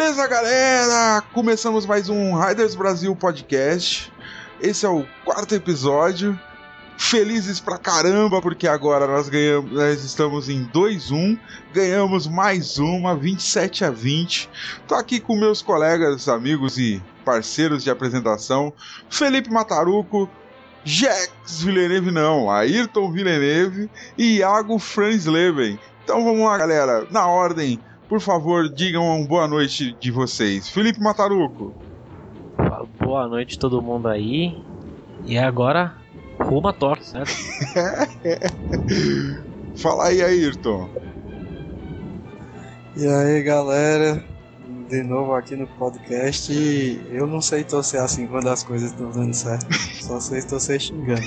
Beleza, galera? Começamos mais um Riders Brasil Podcast. Esse é o 4º episódio. Felizes pra caramba, porque agora nós estamos em 2-1. Ganhamos mais uma, 27-20. Tô aqui com meus colegas, amigos e parceiros de apresentação. Felipe Mataruco, Jex Villeneuve não, Ayrton Villeneuve e Iago Fransleben. Então vamos lá, galera, na ordem. Por favor, digam uma boa noite de vocês. Felipe Mataruco. Boa noite todo mundo aí. E agora, rumo a Tóquio, certo? Fala aí, Ayrton. E aí, galera. De novo aqui no podcast. E eu não sei torcer assim quando as coisas estão dando certo. Só sei torcer xingando.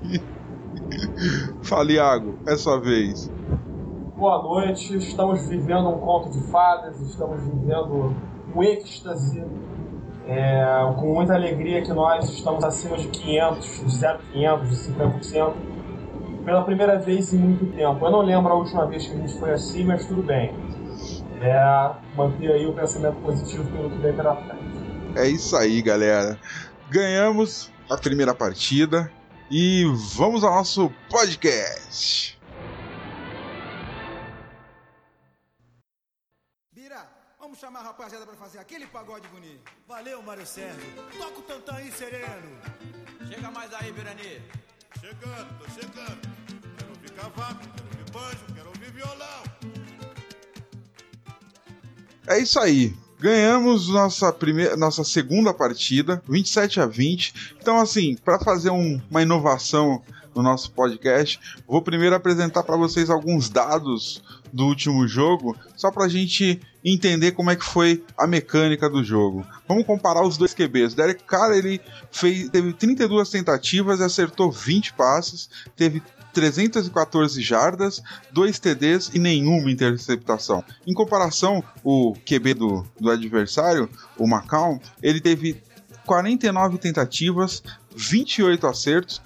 Fala, Iago. É sua vez. Boa noite, estamos vivendo um conto de fadas, estamos vivendo um êxtase, com muita alegria que nós estamos acima de 500, de 0,500, de 50%, pela primeira vez em muito tempo. Eu não lembro a última vez que a gente foi assim, mas tudo bem. Manter aí o pensamento positivo pelo que vem pela frente. É isso aí, galera. Ganhamos a primeira partida e vamos ao nosso podcast. Vamos chamar a rapaziada pra fazer aquele pagode bonito. Valeu, Mário Sérgio. Toca o tantã aí, sereno. Chega mais aí, Birani. Chegando, tô chegando. Quero ouvir cavaco, quero ouvir banjo, quero ouvir violão. É isso aí. Ganhamos nossa segunda partida, 27-20. Então, assim, para fazer uma inovação no nosso podcast, vou primeiro apresentar para vocês alguns dados do último jogo, só pra gente entender como é que foi a mecânica do jogo. Vamos comparar os dois QBs. Derek Carr, ele teve 32 tentativas e acertou 20 passes, teve 314 jardas, 2 TDs e nenhuma interceptação. Em comparação, o QB do adversário, o McCown, ele teve 49 tentativas, 28 acertos,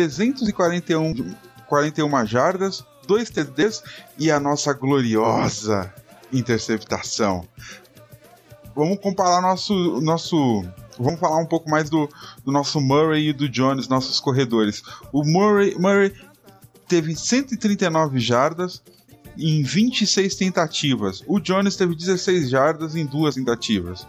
341 jardas, 2 TDs e a nossa gloriosa interceptação. Vamos comparar vamos falar um pouco mais do nosso Murray e do Jones, nossos corredores. O Murray teve 139 jardas em 26 tentativas. O Jones teve 16 jardas em 2 tentativas.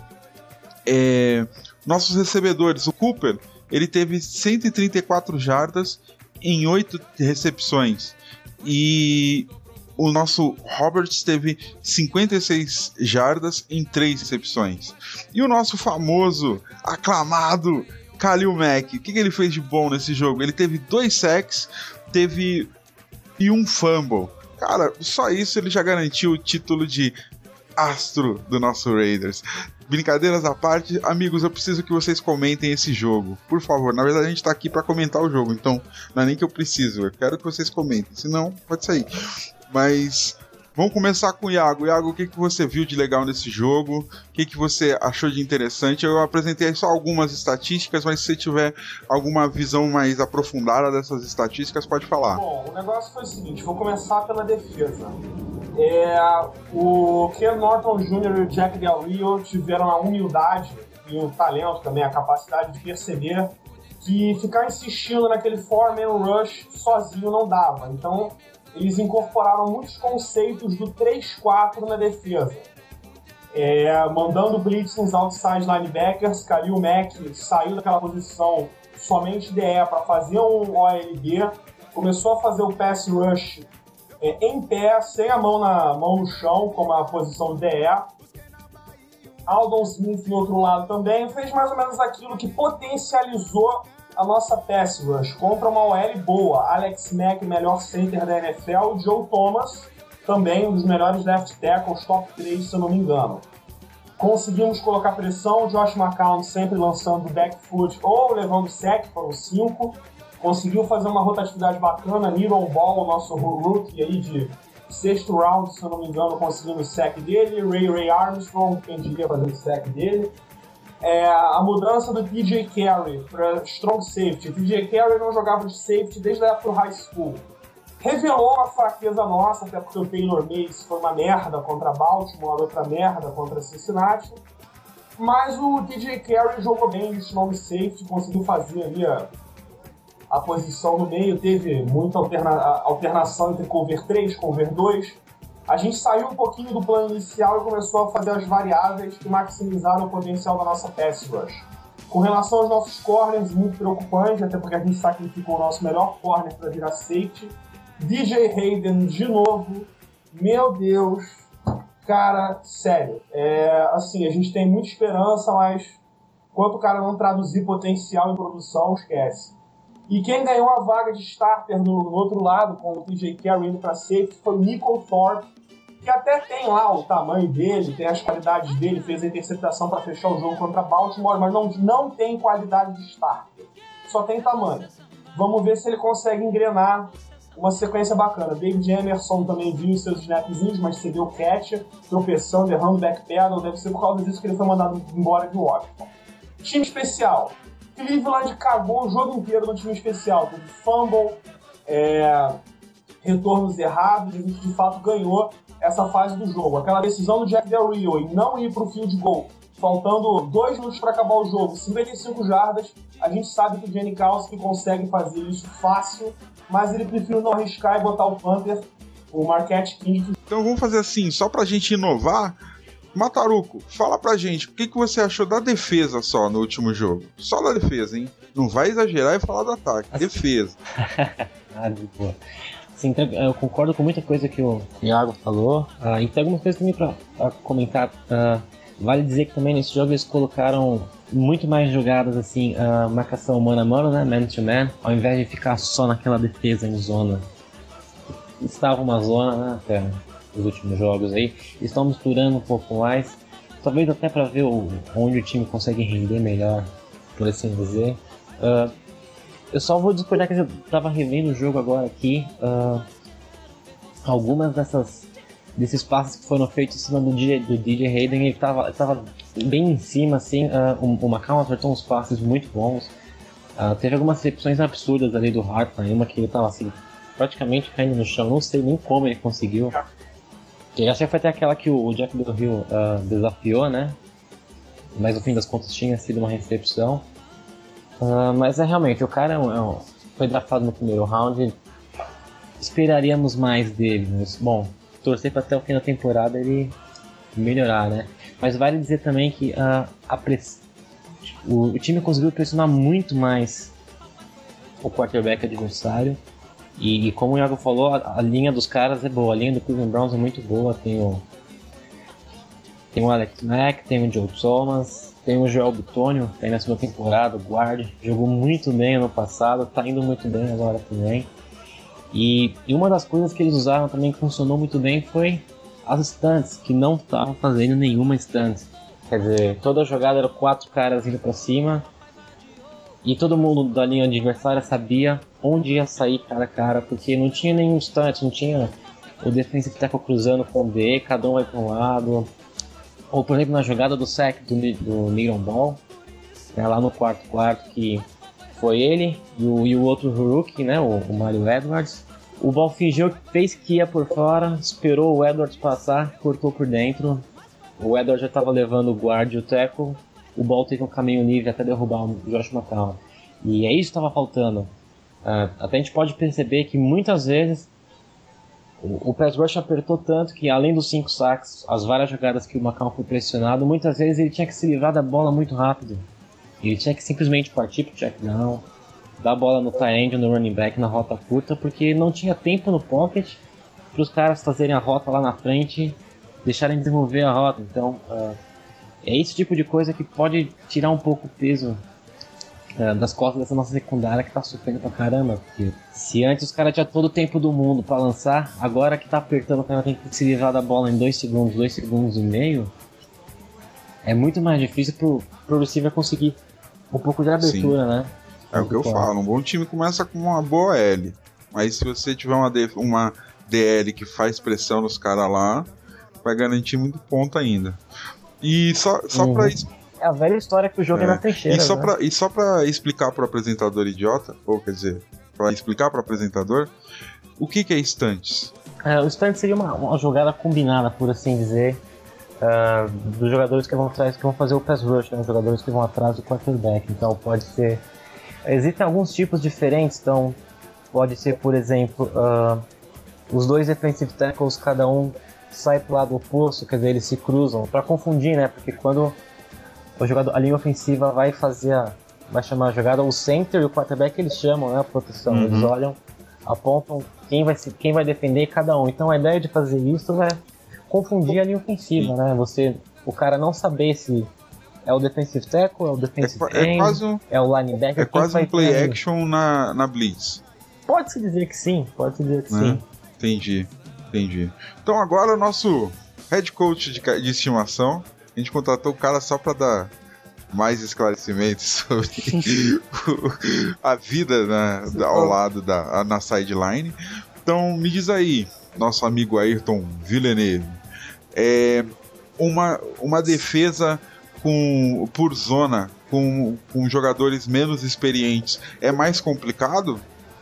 Nossos recebedores, o Cooper, ele teve 134 jardas em 8 recepções. E o nosso Roberts teve 56 jardas em 3 recepções. E o nosso famoso, aclamado Khalil Mack, o que ele fez de bom nesse jogo? Ele teve 2 sacks, e um fumble. Cara, só isso ele já garantiu o título de astro do nosso Raiders. Brincadeiras à parte, amigos, eu preciso que vocês comentem esse jogo, por favor. Na verdade a gente tá aqui pra comentar o jogo, então não é nem que eu preciso, eu quero que vocês comentem, senão pode sair. Mas vamos começar com o Iago. Iago, o que você viu de legal nesse jogo? O que você achou de interessante? Eu apresentei só algumas estatísticas, mas se você tiver alguma visão mais aprofundada dessas estatísticas, pode falar. Bom, o negócio foi o seguinte, vou começar pela defesa. O Ken Norton Jr. e o Jack Del Rio tiveram a humildade e o talento também, a capacidade de perceber que ficar insistindo naquele 4-man rush sozinho não dava. Então, eles incorporaram muitos conceitos do 3-4 na defesa. Mandando blitzes outside linebackers, Khalil Mack saiu daquela posição somente DE para fazer um OLB, começou a fazer o pass rush em pé, sem a mão no chão, como a posição do DE. Aldon Smith no outro lado também fez mais ou menos aquilo que potencializou a nossa pass rush contra uma OL boa. Alex Mack, melhor center da NFL, Joe Thomas, também um dos melhores left tackles, top 3, se eu não me engano. Conseguimos colocar pressão, Josh McCown sempre lançando back foot ou levando sack, foram 5. Conseguiu fazer uma rotatividade bacana, Niron Ball, o nosso rookie aí de 6º round, se eu não me engano, conseguindo o sack dele. Ray Armstrong, quem diria, fazendo o sack dele. A mudança do TJ Carey para strong safety. O TJ Carey não jogava de safety desde a época do high school. revelou uma fraqueza nossa, até porque o Taylor Mays foi uma merda contra Baltimore, outra merda contra Cincinnati. Mas o DJ Carey jogou bem de strong safety, conseguiu fazer ali a posição no meio, teve muita alternação entre cover 3 e cover 2. A gente saiu um pouquinho do plano inicial e começou a fazer as variáveis que maximizaram o potencial da nossa pass rush. Com relação aos nossos corners, muito preocupante, até porque a gente sacrificou o nosso melhor corner para virar safety. DJ Hayden de novo, meu Deus, cara, sério, assim, a gente tem muita esperança, mas enquanto o cara não traduzir potencial em produção, esquece. E quem ganhou a vaga de starter no outro lado, com o DJ Carey indo para safety, foi o Nico Thorpe, que até tem lá o tamanho dele, tem as qualidades dele, fez a interceptação para fechar o jogo contra Baltimore, mas não tem qualidade de starter, só tem tamanho. Vamos ver se ele consegue engrenar uma sequência bacana. David Emerson também viu os seus snapzinhos, mas cedeu o catch, tropeçando, errando backpedal, deve ser por causa disso que ele foi mandado embora de Washington. Time especial. Cleveland cagou o jogo inteiro no time especial. Teve fumble, retornos errados, e a gente de fato ganhou essa fase do jogo. Aquela decisão do Jack Del Rio em não ir pro field goal, faltando 2 minutos para acabar o jogo, 55 jardas, a gente sabe que o Janikowski consegue fazer isso fácil, mas ele preferiu não arriscar e botar o punter, o Marquette King. Então vamos fazer assim, só pra gente inovar. Mataruco, fala pra gente, o que você achou da defesa só no último jogo? Só da defesa, hein? Não vai exagerar e falar do ataque. Defesa. De boa. Sim, eu concordo com muita coisa que o Iago falou. E tem algumas coisas também pra comentar. Vale dizer que também nesse jogo eles colocaram muito mais jogadas assim, marcação mano a mano, né, man to man, ao invés de ficar só naquela defesa em zona. Estava uma zona, né, até os últimos jogos aí. Eles estão misturando um pouco mais, talvez até para ver onde o time consegue render melhor, por assim dizer. Eu só vou discordar que eu estava revendo o jogo agora aqui. Algumas desses passes que foram feitos em cima do DJ Hayden, ele tava bem em cima, assim. O McCown acertou uns passes muito bons. Teve algumas recepções absurdas ali do Hartman, uma que ele tava assim, praticamente caindo no chão, não sei nem como ele conseguiu. Eu achei que foi até aquela que o Jack Del Rio desafiou, né? Mas no fim das contas tinha sido uma recepção. Mas realmente, o cara foi draftado no primeiro round, esperaríamos mais dele, mas bom, torcer para até o fim da temporada ele melhorar, né? Mas vale dizer também que o time conseguiu pressionar muito mais o quarterback adversário. E como o Iago falou, a linha dos caras é boa, a linha do Cleveland Browns é muito boa. Tem o Alex Mack, tem o Joe Thomas, tem o Joel Bitonio, tem na segunda temporada, o guard, jogou muito bem ano passado, tá indo muito bem agora também. E uma das coisas que eles usaram também que funcionou muito bem foi as stunts, que não estavam fazendo nenhuma stunt. Quer dizer, toda a jogada era 4 caras indo pra cima, e todo mundo da linha adversária sabia onde ia sair cara a cara, porque não tinha nenhum stunt, não tinha o defensive tackle cruzando com o DE, cada um vai para um lado. Ou por exemplo na jogada do sack do Neon Ball, lá no quarto, que foi ele e o outro rookie, né, o Mario Edwards. O Ball fingiu que fez que ia por fora, esperou o Edwards passar, cortou por dentro. O Edwards já estava levando o guard e o tackle. O Ball teve um caminho livre até derrubar o Josh McCown. E é isso que estava faltando. Até a gente pode perceber que muitas vezes o pass rush apertou tanto que, além dos 5 sacks, as várias jogadas que o McCown foi pressionado, muitas vezes ele tinha que se livrar da bola muito rápido. Ele tinha que simplesmente partir pro check down, dar a bola no tight end, no running back, na rota curta, porque não tinha tempo no pocket para os caras fazerem a rota lá na frente, deixarem desenvolver a rota. Então, é esse tipo de coisa que pode tirar um pouco o peso das costas dessa nossa secundária que tá sofrendo pra caramba. Porque se antes os caras tinham todo o tempo do mundo pra lançar, agora que tá apertando, o cara tem que se livrar da bola em 2 segundos e meio, é muito mais difícil pro receiver conseguir um pouco de abertura. Sim. Né? É o que eu falo, um bom time começa com uma boa L, mas se você tiver uma DL que faz pressão nos caras lá, vai garantir muito ponto ainda. E só pra isso. É a velha história que o jogo é na trincheira. E só pra explicar pro apresentador idiota, ou quer dizer, pra explicar pro apresentador, O que é stunts? O stunt seria uma jogada combinada, por assim dizer, dos jogadores que vão fazer o pass rush, né? Os jogadores que vão atrás do quarterback. Então pode ser... Existem alguns tipos diferentes, então pode ser, por exemplo, os dois defensive tackles, cada um sai pro lado oposto, quer dizer, eles se cruzam, para confundir, né? Porque quando a linha ofensiva vai chamar a jogada, o center e o quarterback eles chamam, né, a proteção, eles olham, apontam quem vai defender cada um. Então a ideia de fazer isso é confundir a linha ofensiva, né? O cara não saber se é o defensive tackle, é o defensive end, é o linebacker. É quase um play action na blitz. Pode-se dizer que sim, sim. Entendi. Então agora o nosso head coach de estimação, a gente contratou o cara só para dar mais esclarecimentos sobre a vida ao lado na sideline. Então me diz aí, nosso amigo Ayrton Villeneuve, uma defesa por zona com jogadores menos experientes é mais complicado?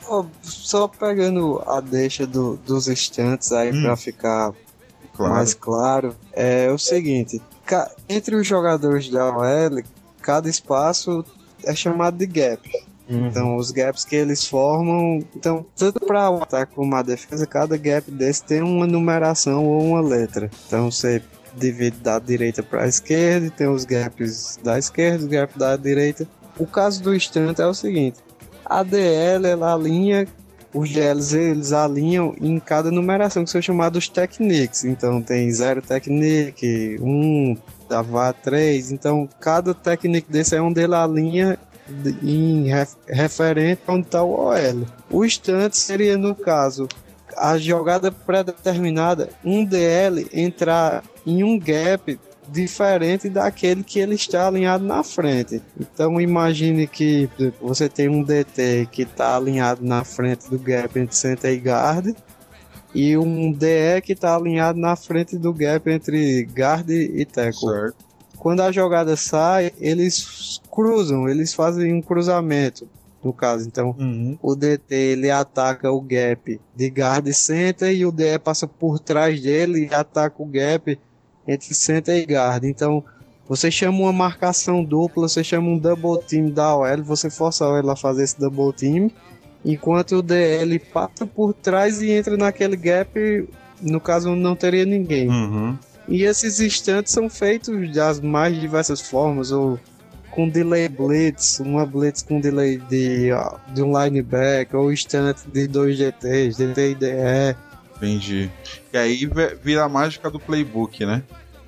Só pegando a deixa dos instantes aí pra ficar mais claro, é o seguinte: entre os jogadores da OL, cada espaço é chamado de gap. Então os gaps que eles formam, então tanto para o ataque como a defesa, cada gap desse tem uma numeração ou uma letra. Então você divide da direita para a esquerda, e tem os gaps da esquerda, os gaps da direita. O caso do stunt é o seguinte: a DL, ela alinha, os DLs eles alinham em cada numeração, que são chamados techniques. Então tem 0 technique, 1, dava 3. Então cada technique desse é onde ele alinha em referente a onde está o OL. O stunt seria, no caso, a jogada pré-determinada, um DL entrar em um gap diferente daquele que ele está alinhado na frente. Então imagine que você tem um DT que está alinhado na frente do gap entre center e guard, e um DE que está alinhado na frente do gap entre guard e tackle. Certo. Quando a jogada sai, eles cruzam, eles fazem um cruzamento, no caso. Então o DT ele ataca o gap de guard e center, e o DE passa por trás dele e ataca o gap entre center e guard. Então você chama uma marcação dupla, você chama um double team da OL, você força a OL a fazer esse double team, enquanto o DL passa por trás e entra naquele gap, no caso não teria ninguém. E esses instantes são feitos das mais diversas formas, ou com delay blitz, uma blitz com delay de um linebacker, ou instant de 2 DTs, DT e DE. Entendi. E aí vira a mágica do playbook, né?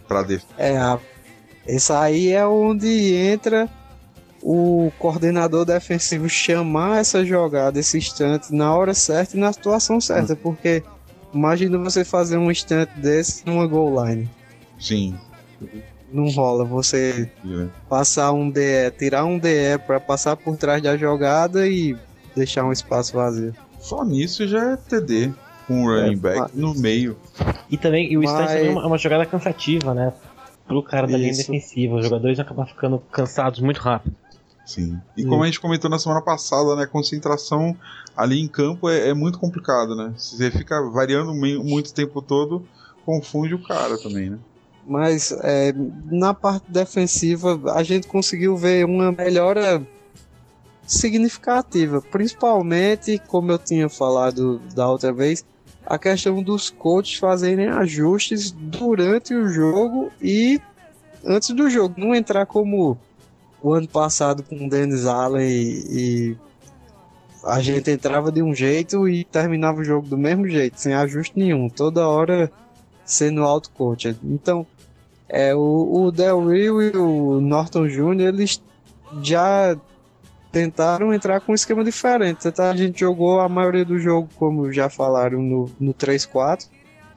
Essa aí é onde entra o coordenador defensivo chamar essa jogada, esse instante, na hora certa e na situação certa. Porque imagina você fazer um instante desse numa goal line. Sim. Não rola você passar um DE, tirar um DE para passar por trás da jogada e deixar um espaço vazio. Só nisso já é TD. Com o running back no meio. E também o stunt é uma jogada cansativa, né? Pro cara da linha defensiva. Os jogadores acabam ficando cansados muito rápido. Sim. E como a gente comentou na semana passada, né? Concentração ali em campo é muito complicado, né? Se você fica variando muito tempo todo, confunde o cara também, né? Mas na parte defensiva a gente conseguiu ver uma melhora significativa, principalmente, como eu tinha falado da outra vez, a questão dos coaches fazerem ajustes durante o jogo e antes do jogo, não entrar como o ano passado com o Dennis Allen e a gente entrava de um jeito e terminava o jogo do mesmo jeito, sem ajuste nenhum, toda hora sendo out-coached. Então o Del Rio e o Norton Jr., eles já tentaram entrar com um esquema diferente. A gente jogou a maioria do jogo, como já falaram, no 3-4,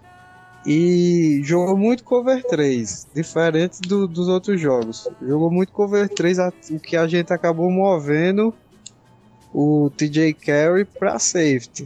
e jogou muito cover 3, diferente dos outros jogos. Jogou muito cover 3, o que a gente acabou movendo o TJ Carey para safety.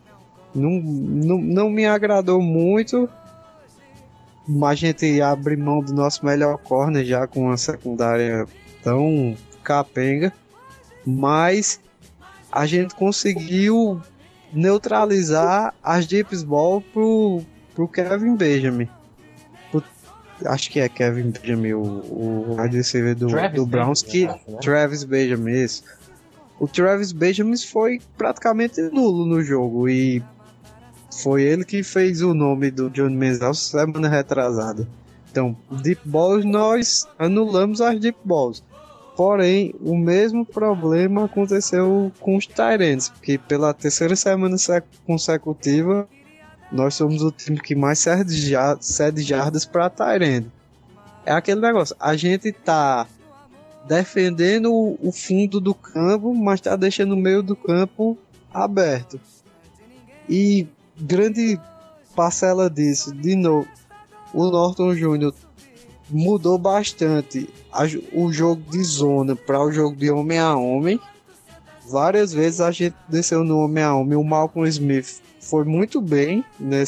Não me agradou muito, mas a gente abre mão do nosso melhor corner já com uma secundária tão capenga. Mas a gente conseguiu neutralizar as deep ball pro Kevin Benjamin. Acho que é Kevin Benjamin, o wide receiver do Browns, que Travis Benjamin, isso. O Travis Benjamin foi praticamente nulo no jogo e foi ele que fez o nome do Johnny Manziel semana retrasada. Então, deep balls, nós anulamos as deep balls. Porém, o mesmo problema aconteceu com os tight ends, porque pela terceira semana consecutiva nós somos o time que mais cede jardas para tight end. É aquele negócio, a gente tá defendendo o fundo do campo, mas tá deixando o meio do campo aberto. E grande parcela disso, de novo, o Norton Jr. mudou bastante o jogo de zona para o jogo de homem a homem. Várias vezes a gente desceu no homem a homem. O Malcolm Smith foi muito bem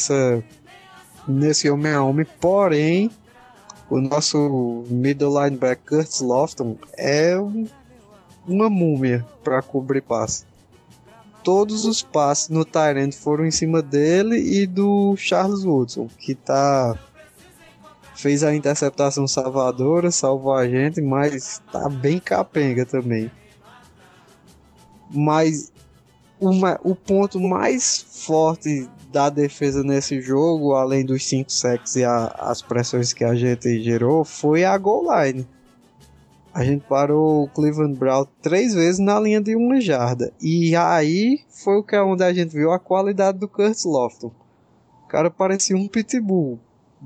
nesse homem a homem, porém o nosso middle linebacker Curtis Lofton é uma múmia para cobrir passe. Todos os passes no tight end foram em cima dele e do Charles Woodson, que fez a interceptação salvadora, salvou a gente, mas tá bem capenga também. Mas o ponto mais forte da defesa nesse jogo, além dos 5 sacks e as pressões que a gente gerou, foi a goal line. A gente parou o Cleveland Brown 3 vezes na linha de 1 jarda. E aí foi onde a gente viu a qualidade do Curtis Lofton. O cara parecia um pitbull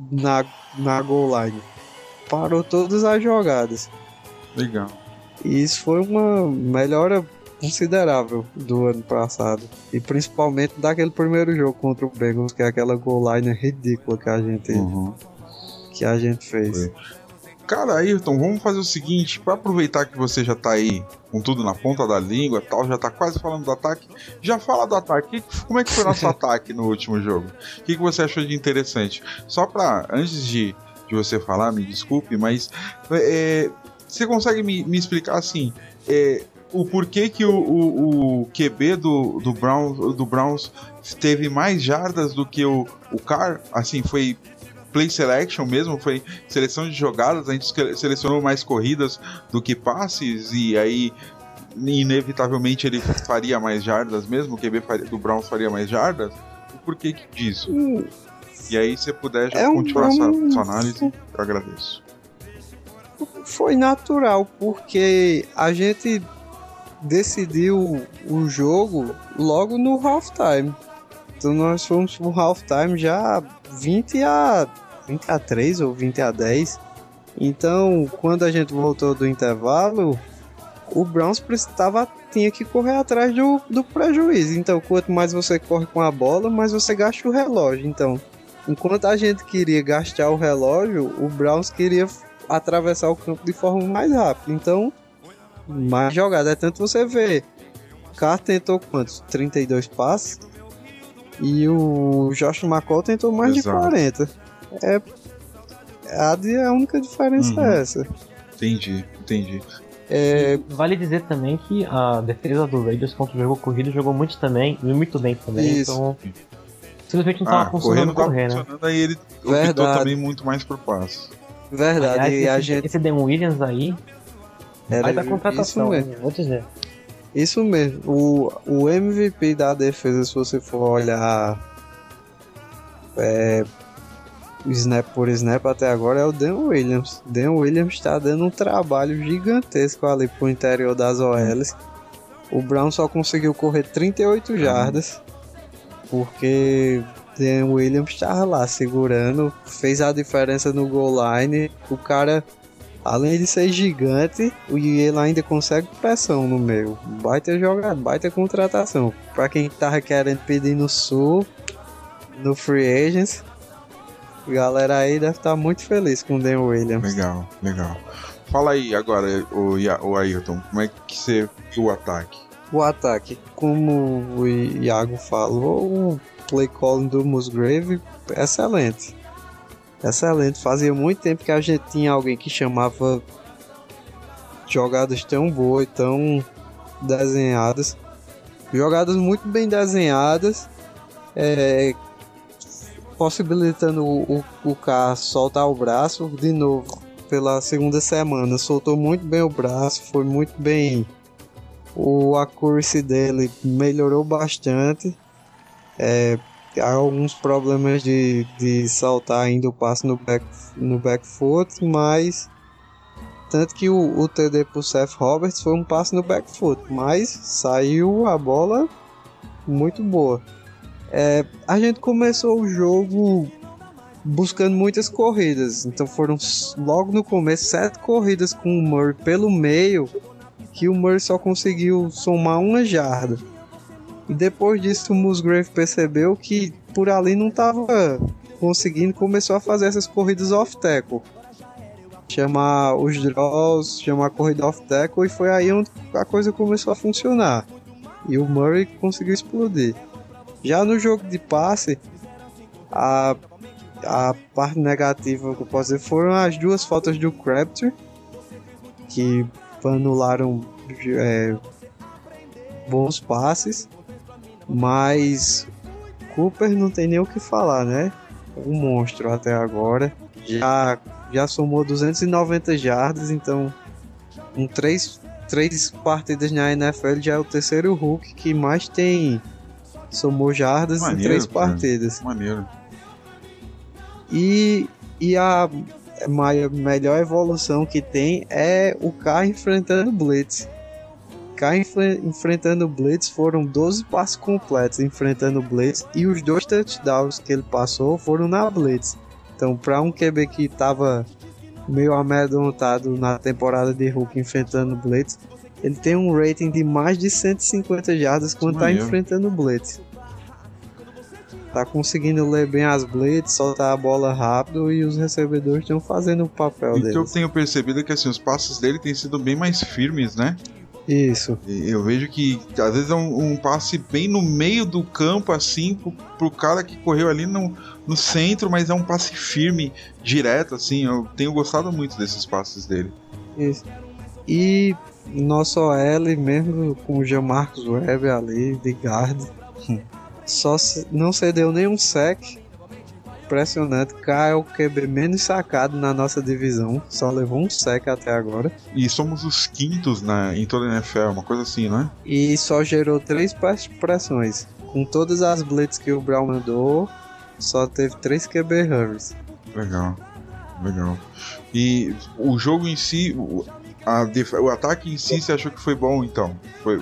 na goal line. Parou todas as jogadas. Legal. E isso foi uma melhora considerável do ano passado. E principalmente daquele primeiro jogo contra o Bengals, que é aquela goal line ridícula que a gente fez. Foi. Cara, Ayrton, vamos fazer o seguinte, para aproveitar que você já tá aí com tudo na ponta da língua e tal, já tá quase falando do ataque, já fala do ataque. Como é que foi nosso ataque no último jogo? O que você achou de interessante? Só pra, antes de você falar, me desculpe, mas você consegue me explicar assim, o porquê que o QB do Browns teve mais jardas do que o Carr? Assim, foi play selection mesmo, foi seleção de jogadas, a gente selecionou mais corridas do que passes, e aí inevitavelmente ele faria mais jardas mesmo, o QB do Browns faria mais jardas? Por que disso? E aí, se puder já continuar sua análise, eu agradeço. Foi natural, porque a gente decidiu o jogo logo no halftime. Então nós fomos pro halftime já 20 a 3 ou 20 a 10. Então, quando a gente voltou do intervalo, o Browns tinha que correr atrás do prejuízo. Então, quanto mais você corre com a bola, mais você gasta o relógio. Então, enquanto a gente queria gastar o relógio, o Browns queria atravessar o campo de forma mais rápida. Então, mais jogada. É tanto você ver, o Carr tentou quantos? 32 passes. E o Josh McCown tentou mais de 40. A única diferença é essa. Entendi. Vale dizer também que a defesa do Raiders contra o jogo corrido jogou muito bem também. Isso. Então, simplesmente não estava funcionando correr, né? Aí ele optou também muito mais por passe. Verdade. Aliás, esse Dan Williams aí vai da contratação, vou dizer. Isso mesmo, o MVP da defesa, se você for olhar snap por snap até agora, é o Dan Williams. Dan Williams está dando um trabalho gigantesco ali pro interior das OLs. O Brown só conseguiu correr 38 jardas, porque Dan Williams estava lá segurando, fez a diferença no goal line. O cara, além de ser gigante, ele ainda consegue pressão no meio. Baita jogada, baita contratação. Pra quem tava querendo pedir no Sul, no Free Agents, a galera aí deve estar muito feliz com o Dan Williams. Legal. Fala aí agora, o Ayrton, como é que você viu o ataque? O ataque, como o Iago falou, o play calling do Musgrave, excelente. Fazia muito tempo que a gente tinha alguém que chamava jogadas tão boas e tão desenhadas. Jogadas muito bem desenhadas, possibilitando o Carr soltar o braço de novo pela segunda semana. Soltou muito bem o braço, foi muito bem. O accuracy dele melhorou bastante. Há alguns problemas de saltar ainda o passe no back foot, mas tanto que o TD pro Seth Roberts foi um passe no back foot, mas saiu a bola muito boa. A gente começou o jogo buscando muitas corridas, então foram logo no começo 7 corridas com o Murray pelo meio, que o Murray só conseguiu somar 1 jarda. E depois disso o Musgrave percebeu que por ali não estava conseguindo, começou a fazer essas corridas off-tackle. Chamar os draws, chamar a corrida off-tackle, e foi aí onde a coisa começou a funcionar. E o Murray conseguiu explodir. Já no jogo de passe, a parte negativa que eu posso dizer foram as 2 faltas do Crabtree, que anularam bons passes, mas Cooper não tem nem o que falar, né? Um monstro até agora. Já somou 290 jardas, então com 3 partidas na NFL já é o terceiro Hulk que mais tem somou jardas em 3 partidas. Maneiro. E a melhor evolução que tem é o Carr enfrentando Blitz. Carr enfrentando Blitz, foram 12 passes completos enfrentando Blitz, e os 2 touchdowns que ele passou foram na Blitz. Então, para um QB que estava meio amedrontado na temporada de Hulk enfrentando Blitz, ele tem um rating de mais de 150 jardas quando está enfrentando Blitz. Tá conseguindo ler bem as blitz, soltar a bola rápido, e os recebedores estão fazendo o papel deles. O que eu tenho percebido é que assim, os passes dele têm sido bem mais firmes, né? Isso. Eu vejo que às vezes é um passe bem no meio do campo, assim, pro cara que correu ali no centro, mas é um passe firme, direto, assim. Eu tenho gostado muito desses passes dele. Isso. E nosso OL, mesmo com o Jamarcus Webb ali de guard, só não cedeu nenhum sack. Impressionante. K é o QB menos sacado na nossa divisão, só levou um sack até agora. E somos os quintos em toda a NFL, uma coisa assim, né? E só gerou 3 pressões. Com todas as blitz que o Brown mandou, só teve 3 QB hurries. Legal. E o jogo em si, o ataque em si, você achou que foi bom, então?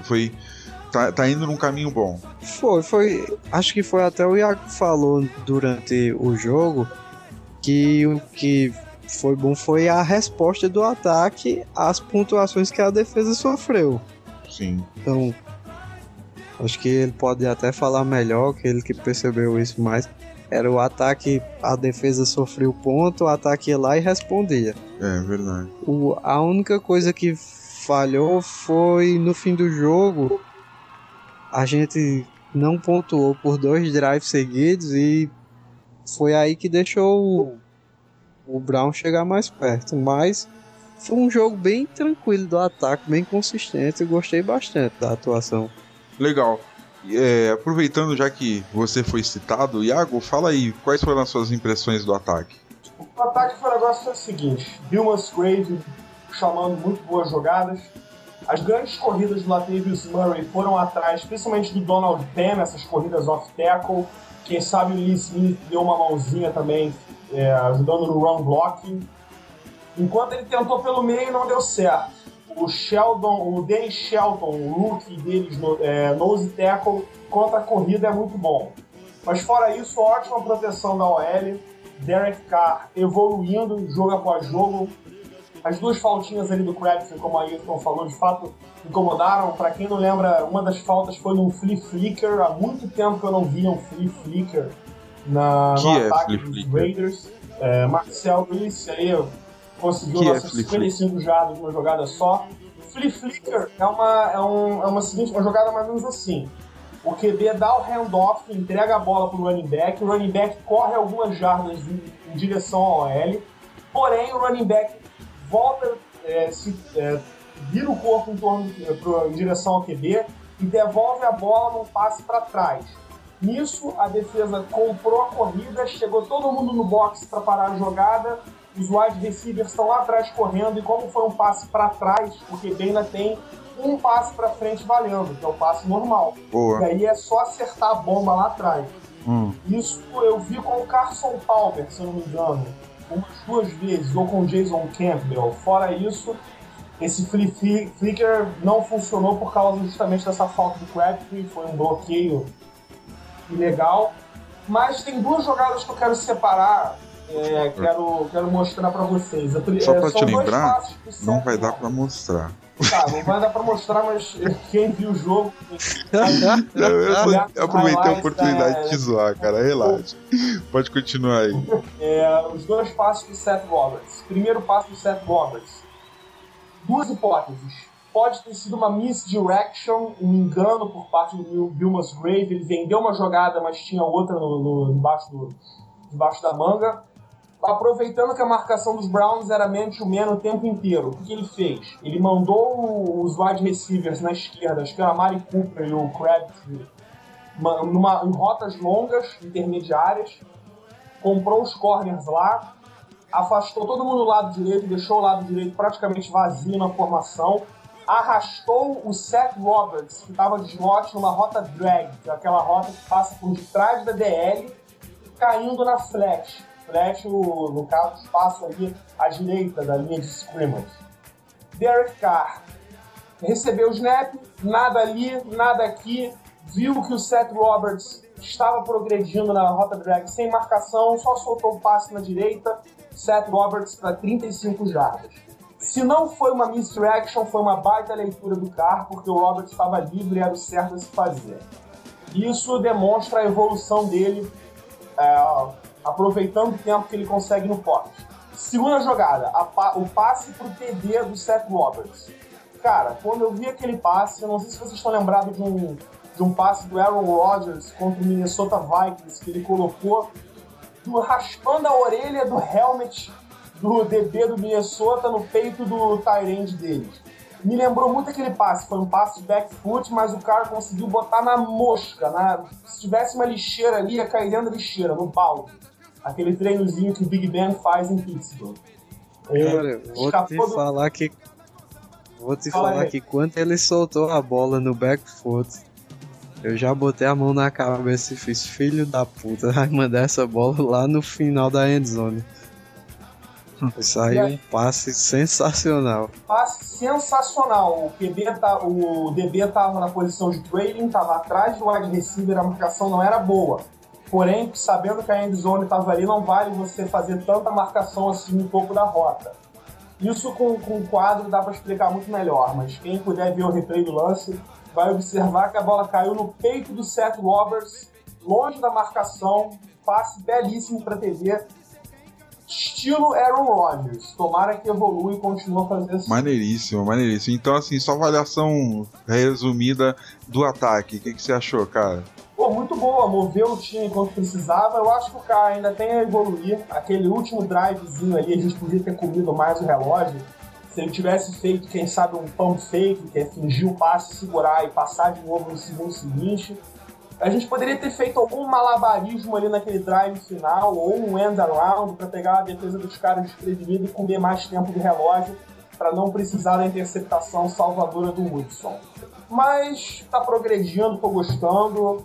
Tá indo num caminho bom. Foi. Acho que foi até o Iago falou durante o jogo que o que foi bom foi a resposta do ataque às pontuações que a defesa sofreu. Sim. Então, acho que ele pode até falar melhor, que ele que percebeu isso mais. Era o ataque, a defesa sofreu ponto, o ataque ia lá e respondia. É verdade. A única coisa que falhou foi no fim do jogo. A gente não pontuou por 2 drives seguidos, e foi aí que deixou o Brown chegar mais perto. Mas foi um jogo bem tranquilo do ataque, bem consistente. Eu gostei bastante da atuação. Legal. Aproveitando já que você foi citado, Iago, fala aí, quais foram as suas impressões do ataque? O ataque foi o negócio seguinte: Bill Musgrave chamando muito boas jogadas. As grandes corridas do Latavius Murray foram atrás, principalmente do Donald Penn, essas corridas off-tackle. Quem sabe o Lee Smith deu uma mãozinha também, ajudando no run blocking. Enquanto ele tentou pelo meio, não deu certo. O Danny Shelton, o rookie deles, nose tackle, contra a corrida é muito bom. Mas fora isso, ótima proteção da OL. Derek Carr evoluindo jogo após jogo. As 2 faltinhas ali do Crabtree, como a Ayrton falou, de fato incomodaram. Para quem não lembra, uma das faltas foi num flea flicker. Há muito tempo que eu não via um flea flicker no ataque dos Raiders. Marcel Reese aí conseguiu nossas 55 jardas numa jogada só. Flea flicker é uma jogada mais ou menos assim. O QB dá o handoff, entrega a bola para o running back. O running back corre algumas jardas em direção ao OL. Porém, o running back volta, vira o corpo em direção ao QB, e devolve a bola num passe para trás. Nisso, a defesa comprou a corrida, chegou todo mundo no boxe para parar a jogada, os wide receivers estão lá atrás correndo, e como foi um passe para trás, o QB ainda tem um passe para frente valendo, que é o passe normal. Boa. E aí é só acertar a bomba lá atrás. Isso eu vi com o Carson Palmer, se eu não me engano, umas 2 vezes, ou com o Jason Campbell. Fora isso, esse flicker não funcionou por causa justamente dessa falta do Crabtree, foi um bloqueio ilegal. Mas tem 2 jogadas que eu quero separar, quero mostrar pra vocês. Só pra te lembrar, não vai dar pra mostrar. Tá, não vai dar pra mostrar, mas quem viu o jogo... Eu só aproveitei a oportunidade de zoar, cara, relaxa. Pode continuar aí. Os 2 passos do Seth Roberts. Primeiro passo do Seth Roberts. 2 hipóteses. Pode ter sido uma misdirection, um engano por parte do Bill Musgrave. Ele vendeu uma jogada, mas tinha outra debaixo da manga. Aproveitando que a marcação dos Browns era man-to-man o tempo inteiro, o que ele fez? Ele mandou os wide receivers na esquerda, acho que era a Amari Cooper e o Crabtree, em rotas longas, intermediárias, comprou os corners lá, afastou todo mundo do lado direito, deixou o lado direito praticamente vazio na formação, arrastou o Seth Roberts, que estava de slot numa rota drag, que é aquela rota que passa por detrás da DL, caindo na flash, no caso, espaço ali à direita da linha de scrimmage. Derek Carr recebeu o snap, nada ali, nada aqui, viu que o Seth Roberts estava progredindo na rota drag sem marcação, só soltou o passe na direita, Seth Roberts para 35 jardas. Se não foi uma misdirection, foi uma baita leitura do Carr, porque o Roberts estava livre e era o certo a se fazer. Isso demonstra a evolução dele, aproveitando o tempo que ele consegue no pocket. Segunda jogada, o passe pro TD do Seth Roberts. Cara, quando eu vi aquele passe, eu não sei se vocês estão lembrados de um passe do Aaron Rodgers contra o Minnesota Vikings, que ele colocou raspando a orelha do helmet do DB do Minnesota no peito do tight end deles. Me lembrou muito aquele passe, foi um passe de back foot, mas o cara conseguiu botar na mosca, se tivesse uma lixeira ali, ia cair dentro da lixeira, no balde. Aquele treinozinho que o Big Ben faz em Pittsburgh. Cara, vou te falar que quando ele soltou a bola no back foot, eu já botei a mão na cabeça e fiz, filho da puta, vai mandar essa bola lá no final da endzone. Isso aí é um passe sensacional. Passe sensacional. O DB estava na posição de trailing, estava atrás do wide receiver, a marcação não era boa. Porém, sabendo que a endzone estava ali, não vale você fazer tanta marcação assim no topo da rota. Isso com o quadro dá para explicar muito melhor, mas quem puder ver o replay do lance vai observar que a bola caiu no peito do Seth Roberts, longe da marcação, passe belíssimo para TV, estilo Aaron Rodgers. Tomara que evolua e continue a fazer assim. Maneiríssimo, maneiríssimo. Então, assim, só avaliação resumida do ataque. O que você achou, cara? Pô, muito boa, moveu o time enquanto precisava. Eu acho que o cara ainda tem a evoluir. Aquele último drivezinho ali, a gente podia ter comido mais o relógio. Se ele tivesse feito, quem sabe, um pump fake, que é fingir o passe, segurar e passar de novo no segundo seguinte, a gente poderia ter feito algum malabarismo ali naquele drive final, ou um end around, para pegar a defesa dos caras desprevenidos e comer mais tempo de relógio, para não precisar da interceptação salvadora do Woodson. Mas tá progredindo, tô gostando,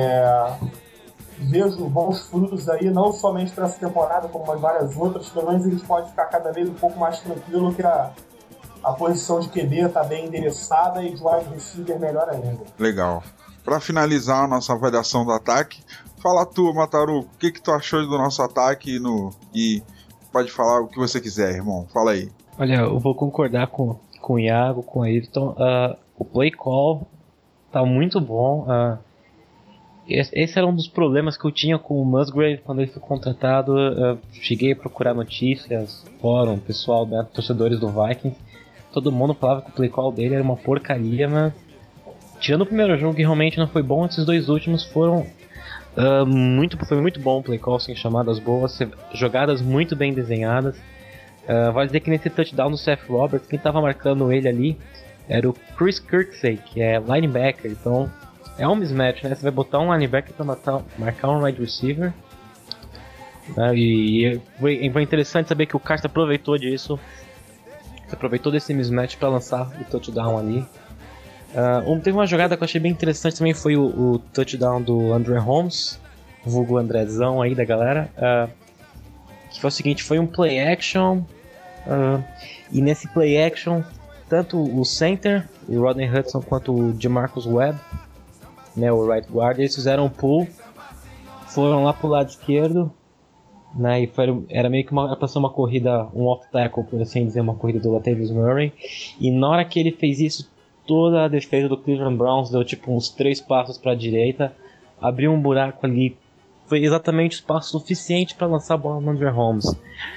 vejo bons frutos aí, não somente para essa temporada, como as várias outras. Pelo menos a gente pode ficar cada vez um pouco mais tranquilo, que a posição de QB tá bem endereçada e de wide receiver melhor ainda. Legal. Para finalizar a nossa avaliação do ataque, fala tu, Mataru, o que tu achou do nosso ataque e pode falar o que você quiser, irmão. Fala aí. Olha, eu vou concordar com o Iago, com a Ayrton. O play call tá muito bom. Esse era um dos problemas que eu tinha com o Musgrave quando ele foi contratado. Cheguei a procurar notícias, fórum, pessoal, torcedores do Vikings. Todo mundo falava que o play call dele era uma porcaria, mas tirando o primeiro jogo que realmente não foi bom, esses dois últimos foram foi muito bom o play call, sem chamadas boas, jogadas muito bem desenhadas. Vale dizer que nesse touchdown do Seth Roberts, quem estava marcando ele ali era o Chris Kirksey, que é linebacker. Então é um mismatch, né? Você vai botar um linebacker pra marcar um wide receiver. E foi interessante saber que o Carson aproveitou disso. Você aproveitou desse mismatch para lançar o touchdown ali. Teve uma jogada que eu achei bem interessante também, foi o touchdown do Andre Holmes, vulgo Andrezão aí da galera. Que foi o seguinte, foi um play action. E nesse play action, tanto o center, o Rodney Hudson, quanto o Jamarcus Webb, né, o right guard, eles fizeram um pull, foram lá pro lado esquerdo, né, e era meio que pra ser uma corrida, um off-tackle, por assim dizer, uma corrida do Latavius Murray. E na hora que ele fez isso, toda a defesa do Cleveland Browns deu tipo uns 3 passos para a direita, abriu um buraco ali, foi exatamente o espaço suficiente para lançar a bola no Andre Holmes.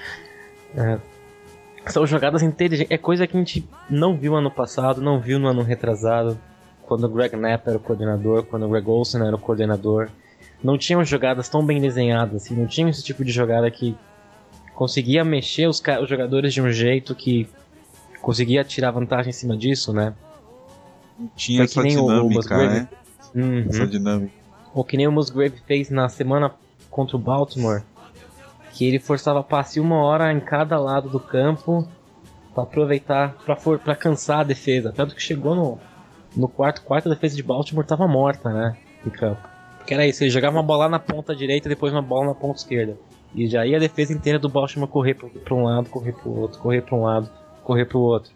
São jogadas inteligentes, é coisa que a gente não viu ano passado, não viu no ano retrasado, quando o Greg Knapp era o coordenador, quando o Greg Olsen era o coordenador. Não tinham jogadas tão bem desenhadas, assim, não tinha esse tipo de jogada que conseguia mexer os jogadores de um jeito que conseguia tirar vantagem em cima disso, né? Tinha essa dinâmica, né? Essa dinâmica. Ou que nem o Musgrave fez na semana contra o Baltimore, que ele forçava passe 1 hora em cada lado do campo para aproveitar, para cansar a defesa. Tanto que chegou no quarto a defesa de Baltimore estava morta, né? No campo. Porque era isso, ele jogava uma bola na ponta direita e depois uma bola na ponta esquerda. E já ia a defesa inteira do Baltimore correr para um lado, correr para o outro, correr para um lado, correr para o outro.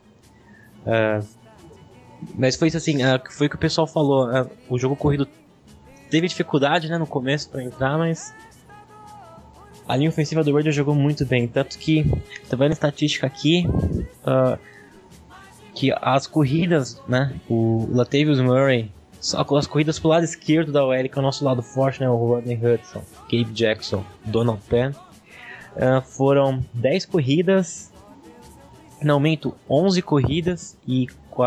Mas foi isso assim, foi o que o pessoal falou. O jogo corrido teve dificuldade, né, no começo para entrar, mas a linha ofensiva do Raiders jogou muito bem. Tanto que, tá vendo a estatística aqui, que as corridas, né, o Latavius Murray, as corridas pro lado esquerdo da OL, que é o nosso lado forte, né, o Rodney Hudson, Gabe Jackson, Donald Penn, foram 10 corridas, não minto, 11 corridas e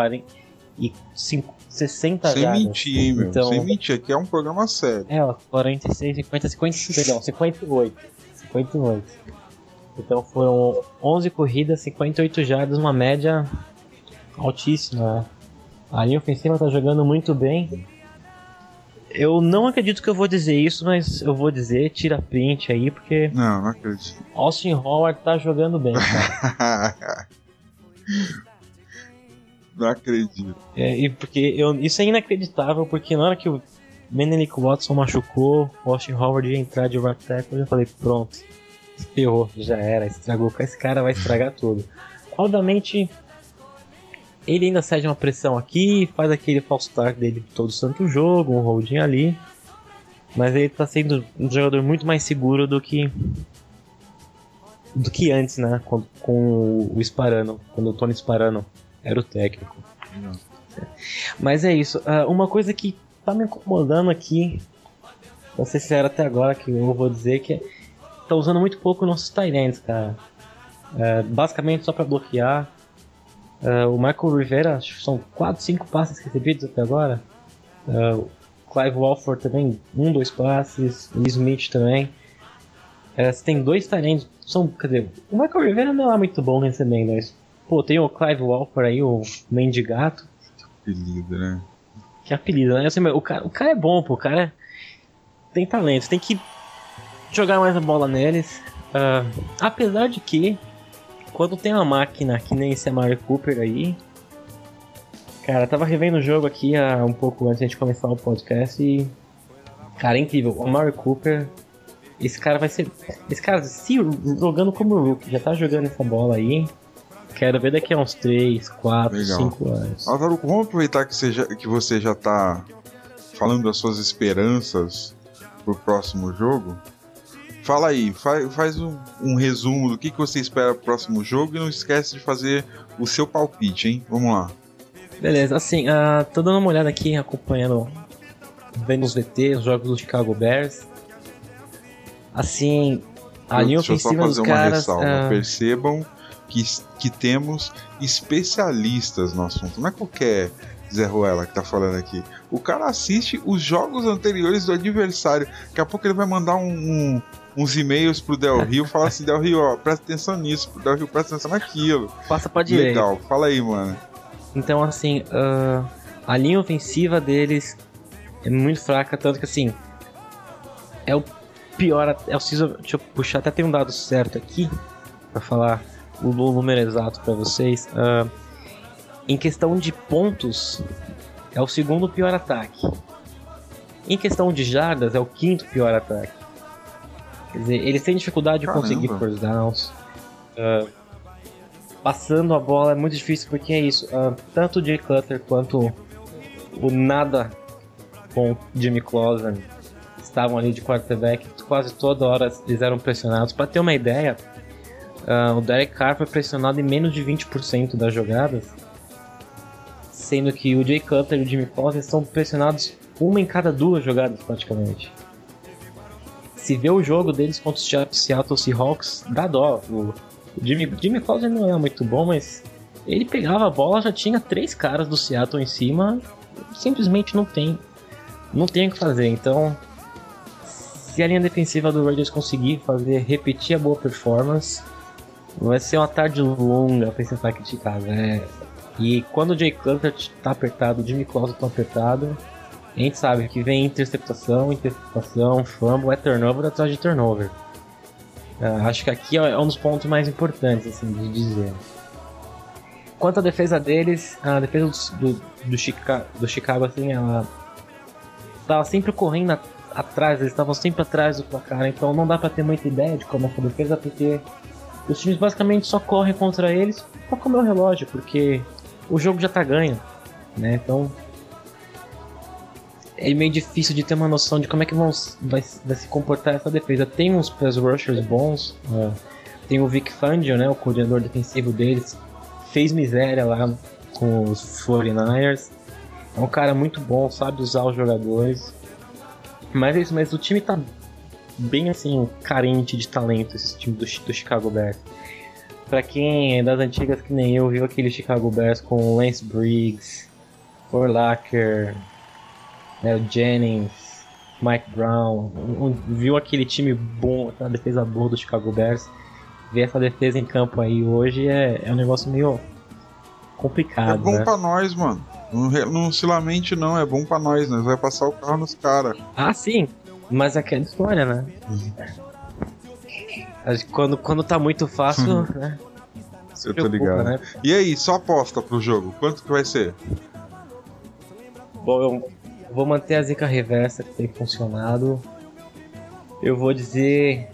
60 sem jardas. Mentir, hein, meu? Então, sem mentir, aqui é um programa sério. 46, 50, perdão, 58. Então foram 11 corridas, 58 jardas, uma média altíssima, né? A linha ofensiva tá jogando muito bem. Eu não acredito que eu vou dizer isso, mas eu vou dizer, tira print aí, porque... Não acredito. Austin Howard tá jogando bem, cara. Não acredito. Porque isso é inacreditável, porque na hora que o Menelik Watson machucou, o Austin Howard ia entrar de right tackle, eu já falei, pronto, ferrou, já era, estragou, esse cara vai estragar tudo. Obviamente, ele ainda cede uma pressão aqui, faz aquele false start dele todo santo jogo, um holding ali, mas ele tá sendo um jogador muito mais seguro do que antes, né, com o Sparano, quando o Tony Sparano era o técnico. Mas é isso. Uma coisa que tá me incomodando aqui, não sei se era até agora que eu vou dizer, que tá usando muito pouco nossos tight ends, cara. Basicamente só pra bloquear. O Michael Rivera, acho que são 4, 5 passes recebidos até agora. O Clive Walford também, 1, 2 passes. O Smith também. Você tem 2 tight ends. Quer dizer, o Michael Rivera não é muito bom recebendo, mas pô, tem o Clive Walford aí, o Mendigato. Que apelido, né? Que apelido, né? Assim, o cara é bom, pô. O cara tem talento. Tem que jogar mais a bola neles. Apesar de que, quando tem uma máquina que nem esse Amari Cooper aí... Cara, eu tava revendo o jogo aqui um pouco antes de a gente começar o podcast e... Cara, é incrível. O Amari Cooper... Esse cara vai ser... Esse cara, se jogando como rookie, já tá jogando essa bola aí... Quero ver daqui a uns 3, 4, Legal. 5 anos. Álvaro, vamos aproveitar que você já tá falando das suas esperanças pro próximo jogo. Fala aí, faz um resumo do que você espera pro próximo jogo e não esquece de fazer o seu palpite, hein? Vamos lá. Beleza, assim, tô dando uma olhada aqui, acompanhando, vendo os VT, os jogos do Chicago Bears. Assim, a linha ofensiva dos caras... Deixa eu só fazer uma ressalva. Percebam que temos especialistas no assunto. Não é qualquer Zé Ruela que tá falando aqui. O cara assiste os jogos anteriores do adversário. Daqui a pouco ele vai mandar uns e-mails pro Del Rio e falar assim, Del Rio, ó, presta atenção nisso, Del Rio, presta atenção naquilo. Passa pra direita. Legal, fala aí, mano. Então, assim, a linha ofensiva deles é muito fraca, tanto que, assim, é o pior. Deixa eu puxar, até tem um dado certo aqui pra falar o número exato pra vocês. Em questão de pontos, é o segundo pior ataque. Em questão de jardas, é o quinto pior ataque. Quer dizer, eles têm dificuldade de conseguir first downs. Passando a bola é muito difícil, porque é isso. Tanto o Jay Cutler quanto o nada com Jimmy Clausen estavam ali de quarterback. Quase toda hora eles eram pressionados. Para ter uma ideia, o Derek Carr foi pressionado em menos de 20% das jogadas, sendo que o Jay Cutler e o Jimmy Clausen são pressionados uma em cada 2 jogadas praticamente. Se vê o jogo deles contra o Seattle Seahawks, dá dó. O Jimmy Clausen não é muito bom, mas ele pegava a bola, já tinha 3 caras do Seattle em cima, simplesmente não tem o que fazer. Então, se a linha defensiva do Raiders conseguir repetir a boa performance, vai ser uma tarde longa pra esse ataque de Chicago. E quando o Jay Cutler tá apertado, o Jimmy Clausen tá apertado, a gente sabe que vem interceptação, fumble, é turnover atrás de turnover. Acho que aqui é um dos pontos mais importantes, assim, de dizer. Quanto à defesa deles, a defesa do Chicago, assim, ela tava sempre correndo atrás, eles estavam sempre atrás do placar, então não dá pra ter muita ideia de como é a defesa, porque os times basicamente só correm contra eles pra comer o relógio, porque o jogo já tá ganho, né? Então é meio difícil de ter uma noção de como é que vai se comportar essa defesa. Tem uns pass rushers bons, tem o Vic Fangio, né, o coordenador defensivo deles, fez miséria lá com os 49ers, é um cara muito bom, sabe usar os jogadores, mas é isso, mas o time tá bem assim, carente de talento, esse time do Chicago Bears. Pra quem é das antigas que nem eu, viu aquele Chicago Bears com Lance Briggs, Urlacher, o Jennings, Mike Brown, viu aquele time bom, aquela defesa boa do Chicago Bears, ver essa defesa em campo aí hoje é um negócio meio complicado. É bom, né? Pra nós, mano. Não se lamente não, é bom pra nós vai passar o carro nos caras. Ah, sim, mas é aquela história, né? Quando tá muito fácil, né? Eu tô ligado. Né? E aí, só aposta pro jogo, quanto que vai ser? Bom, eu vou manter a zica reversa que tem funcionado. Eu vou dizer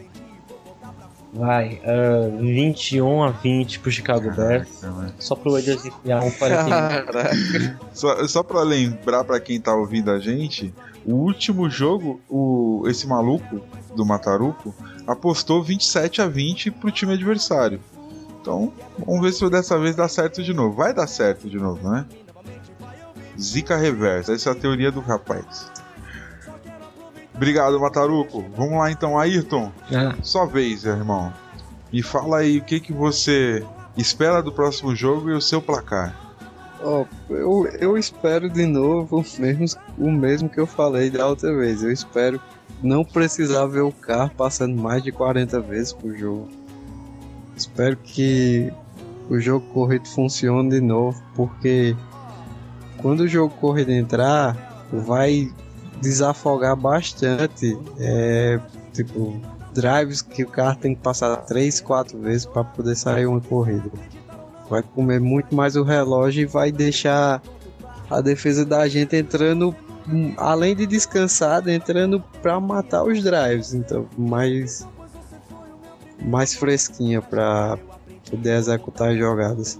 21-20 pro Chicago Bears. Só pro Raiders enfiar um 41. Só pra lembrar pra quem tá ouvindo a gente, o último jogo, esse maluco do Mataruco apostou 27-20 pro time adversário. Então, vamos ver se dessa vez dá certo de novo. Vai dar certo de novo, né? Zica reversa, essa é a teoria do rapaz. Obrigado, Mataruco. Vamos lá então, Ayrton. Sua vez, irmão. Me fala aí o que você espera do próximo jogo e o seu placar. Eu espero de novo o mesmo que eu falei da outra vez. Eu espero não precisar ver o carro passando mais de 40 vezes por jogo. Espero que o jogo corrido funcione de novo, porque quando o jogo corrido entrar, vai desafogar bastante. Tipo, drives que o carro tem que passar 3, 4 vezes para poder sair uma corrida. Vai comer muito mais o relógio e vai deixar a defesa da gente entrando, além de descansada, entrando para matar os drives. Então, mais fresquinha para poder executar as jogadas.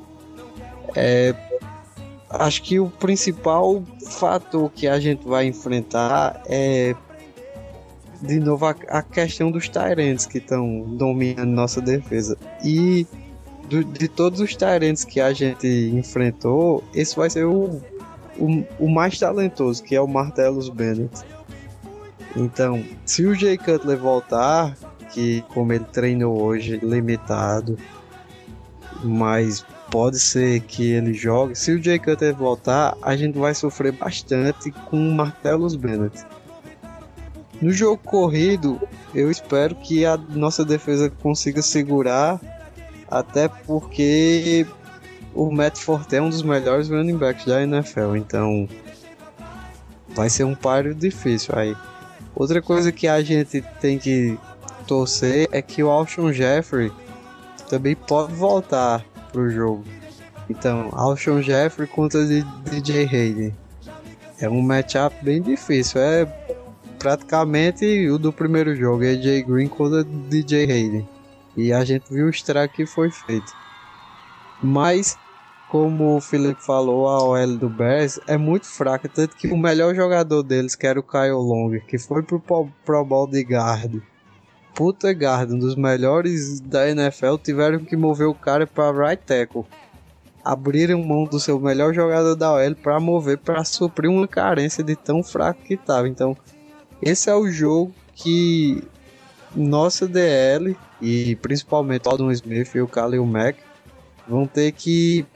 Acho que o principal fator que a gente vai enfrentar é, de novo, a questão dos Tyrants que estão dominando nossa defesa. E de todos os Tyrants que a gente enfrentou, esse vai ser o mais talentoso, que é o Martellus Bennett. Então, se o Jay Cutler voltar, que como ele treinou hoje, limitado, mas pode ser que ele jogue. Se o Jay Cutler voltar, a gente vai sofrer bastante com o Martellus Bennett. No jogo corrido, eu espero que a nossa defesa consiga segurar, até porque o Matt Forte é um dos melhores running backs da NFL, então vai ser um páreo difícil aí. Outra coisa que a gente tem que torcer é que o Alshon Jeffrey também pode voltar pro jogo. Então, Alshon Jeffrey contra DJ Hayden é um matchup bem difícil. É praticamente o do primeiro jogo, AJ Green contra DJ Hayden. E a gente viu o estrago que foi feito. Mas, como o Felipe falou, a OL do Bears é muito fraca. Tanto que o melhor jogador deles, que era o Kyle Long, que foi pro Pro Bowl de guard, puta guard, um dos melhores da NFL, tiveram que mover o cara para right tackle. Abriram mão do seu melhor jogador da OL para mover, para suprir uma carência de tão fraco que estava. Então, esse é o jogo que nossa DL e principalmente o Aldon Smith e o Khalil Mack vão ter que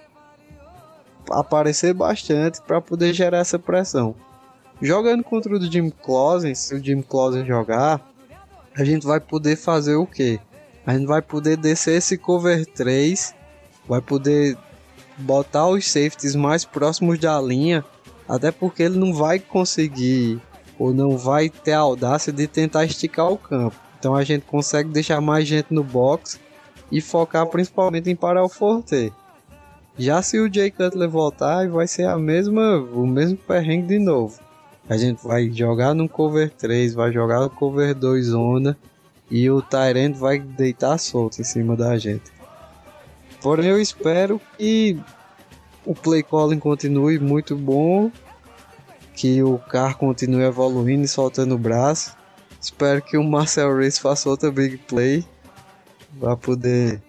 aparecer bastante para poder gerar essa pressão. Jogando contra o Jim Clausen, se o Jim Clausen jogar, a gente vai poder fazer o quê? A gente vai poder descer esse cover 3, vai poder botar os safeties mais próximos da linha, até porque ele não vai conseguir ou não vai ter a audácia de tentar esticar o campo. Então a gente consegue deixar mais gente no box e focar principalmente em parar o Forte. Já se o Jay Cutler voltar, vai ser o mesmo perrengue de novo. A gente vai jogar no cover 3, vai jogar no cover 2 zona e o Tyrant vai deitar solto em cima da gente. Porém eu espero que o play calling continue muito bom, que o Carr continue evoluindo e soltando o braço. Espero que o Marcel Reese faça outra big play para poder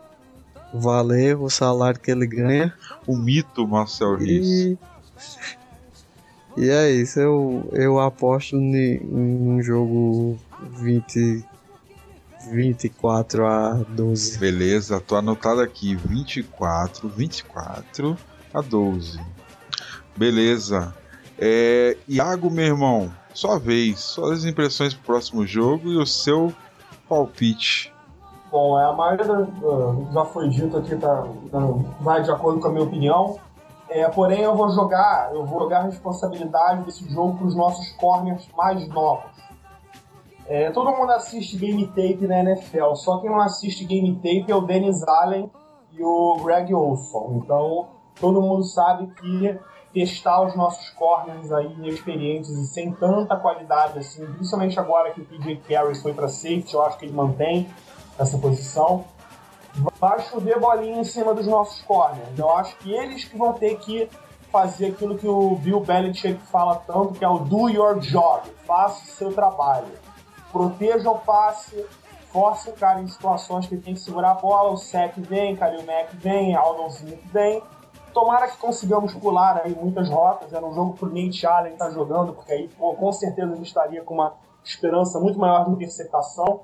valer o salário que ele ganha. O mito Marcel Reese. E é isso, eu aposto num jogo 24 a 12. Beleza, tô anotado aqui, 24 a 12. Beleza. Iago, meu irmão, sua vez, suas impressões pro próximo jogo e o seu palpite. Bom, a maioria já foi dito aqui, vai de acordo com a minha opinião. Porém, eu vou jogar a responsabilidade desse jogo para os nossos corners mais novos. Todo mundo assiste game tape na NFL, só quem não assiste game tape é o Dennis Allen e o Greg Olson. Então, todo mundo sabe que testar os nossos corners aí inexperientes e sem tanta qualidade assim, principalmente agora que o PJ Carey foi para safety, eu acho que ele mantém essa posição, vai chover bolinha em cima dos nossos corners. Eu acho que eles que vão ter que fazer aquilo que o Bill Belichick fala tanto, que é o do your job, faça o seu trabalho. Proteja o passe, force o cara em situações que ele tem que segurar a bola, o Sec vem, Khalil Mack vem, Aldon Smith vem. Tomara que consigamos pular aí muitas rotas, era um jogo pro Nate Allen estar jogando, porque aí com certeza a gente estaria com uma esperança muito maior de interceptação.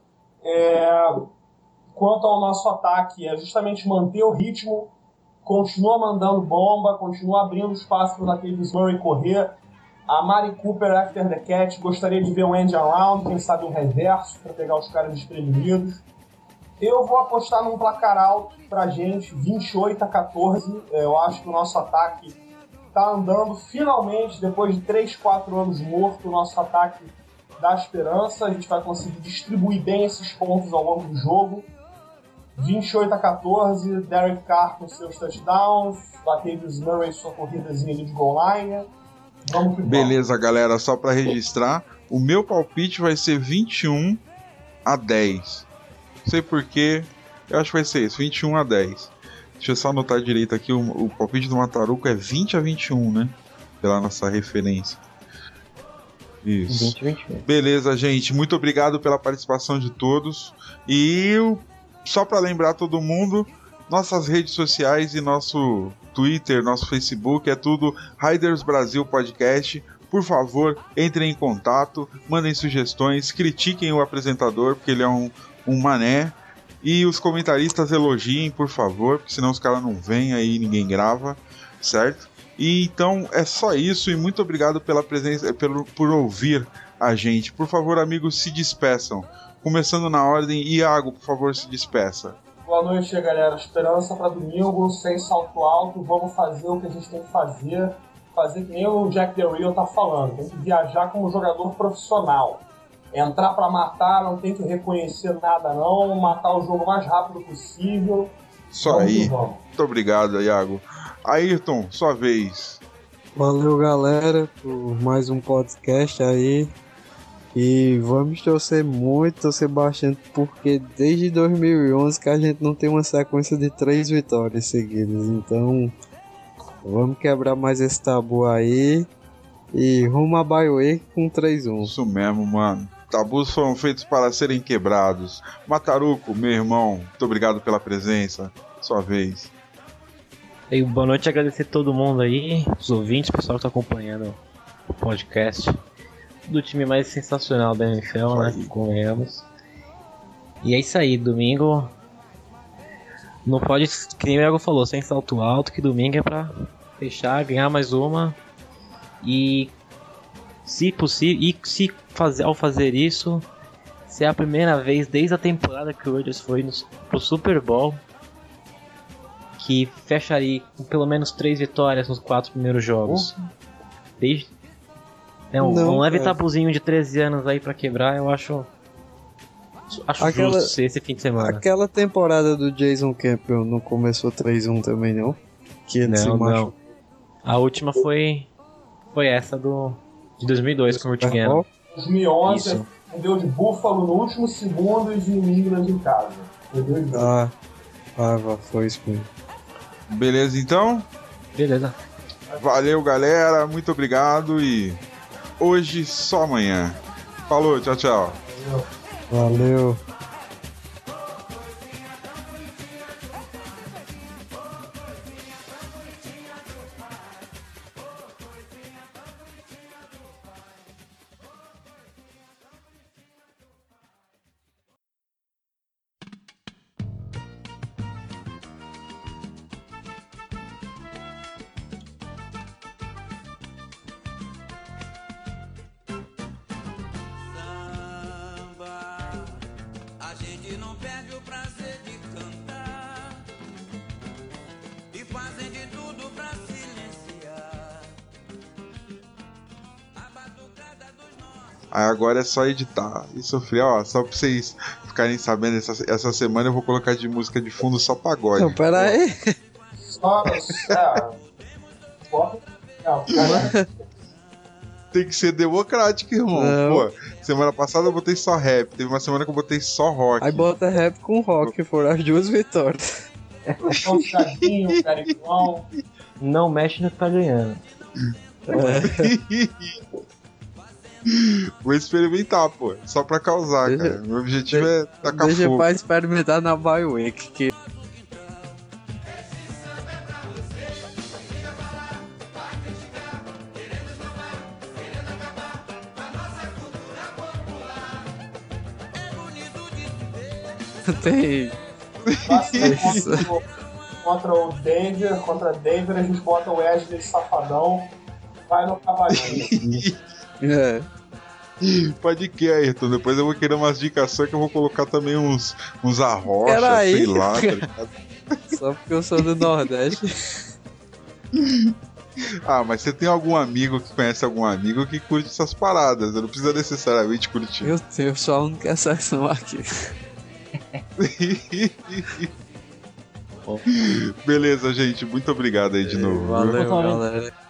Quanto ao nosso ataque, é justamente manter o ritmo, continua mandando bomba, continua abrindo espaço para o Latavius Murray correr. A Mari Cooper after the catch, gostaria de ver um end around, quem sabe um reverso para pegar os caras desprevenidos. Eu vou apostar num placar alto pra gente, 28 a 14. Eu acho que o nosso ataque tá andando finalmente, depois de 3, 4 anos morto, o nosso ataque dá esperança. A gente vai conseguir distribuir bem esses pontos ao longo do jogo. 28 a 14, Derek Carr com seus touchdowns, Latavius Murray sua corridazinha ali de goal line. Vamos que beleza, vamos. Galera, só para registrar, o meu palpite vai ser 21 a 10. Não sei porquê, eu acho que vai ser isso, 21 a 10. Deixa eu só anotar direito aqui, o palpite do Mataruco é 20 a 21, né? Pela nossa referência. Isso. 20 a 21. Beleza, gente, muito obrigado pela participação de todos. E só para lembrar todo mundo, nossas redes sociais e nosso Twitter, nosso Facebook, é tudo Riders Brasil Podcast. Por favor, entrem em contato, mandem sugestões, critiquem o apresentador, porque ele é um mané. E os comentaristas elogiem, por favor, porque senão os caras não vêm aí e ninguém grava, certo? E então é só isso, e muito obrigado pela presença, por ouvir a gente. Por favor, amigos, se despeçam. Começando na ordem, Iago, por favor, se despeça. Boa noite, galera. Esperança para domingo, sem salto alto. Vamos fazer o que a gente tem que fazer. Fazer que nem o Jack Del Rio tá falando. Tem que viajar como jogador profissional. Entrar para matar, não tem que reconhecer nada não. Matar o jogo o mais rápido possível. Isso aí. Muito obrigado, Iago. Ayrton, sua vez. Valeu, galera, por mais um podcast aí. E vamos torcer muito, torcer bastante, porque desde 2011 que a gente não tem uma sequência de 3 vitórias seguidas. Então, vamos quebrar mais esse tabu aí e rumo a Bioweek com 3-1. Isso mesmo, mano. Tabus foram feitos para serem quebrados. Mataruco, meu irmão, muito obrigado pela presença. Sua vez. E boa noite, agradecer a todo mundo aí, os ouvintes, o pessoal que está acompanhando o podcast do time mais sensacional da NFL, né? Convenhamos. E é isso aí, domingo não pode, que nem o Iago falou, sem salto alto, que domingo é pra fechar, ganhar mais uma e, se possível, ao fazer isso, ser a primeira vez desde a temporada que o Rodgers foi pro Super Bowl que fecharia com pelo menos 3 vitórias nos 4 primeiros jogos. Desde um leve tabuzinho de 13 anos aí pra quebrar, eu acho justo esse fim de semana. Aquela temporada do Jason Campbell não começou 3-1 também, não? Que ele se machucou. Não. A última foi essa de 2002 com o Rich Gannon. 2011 deu de Buffalo no último segundo e de New England em casa. Foi isso mesmo. Beleza, então? Beleza. Valeu, galera. Muito obrigado e hoje só amanhã. Falou, tchau, tchau. Valeu. Agora é só editar e sofrer, ó, só pra vocês ficarem sabendo, essa semana eu vou colocar de música de fundo só pagode. Não, pera aí. Tem que ser democrático, irmão. Pô, semana passada eu botei só rap, teve uma semana que eu botei só rock. Aí bota rap com rock, foram as 2 vitórias. Não mexe no que tá ganhando. Vou experimentar, pô. Só pra causar, cara. Meu objetivo é tacar deixa fogo. Deixa pra experimentar na Bioweek, que... Tem... Contra o Denver, a gente bota o Wesley Safadão, vai no cavalinho. Pode que, Ayrton. Depois eu vou querer umas dicas só que eu vou colocar também uns arrochas, sei lá, tá ligado? Só porque eu sou do Nordeste. Mas você tem algum amigo que conhece algum amigo que curte essas paradas? Eu não precisa necessariamente curtir. Eu tenho só a única exceção aqui. Beleza, gente. Muito obrigado aí de novo. Valeu, galera.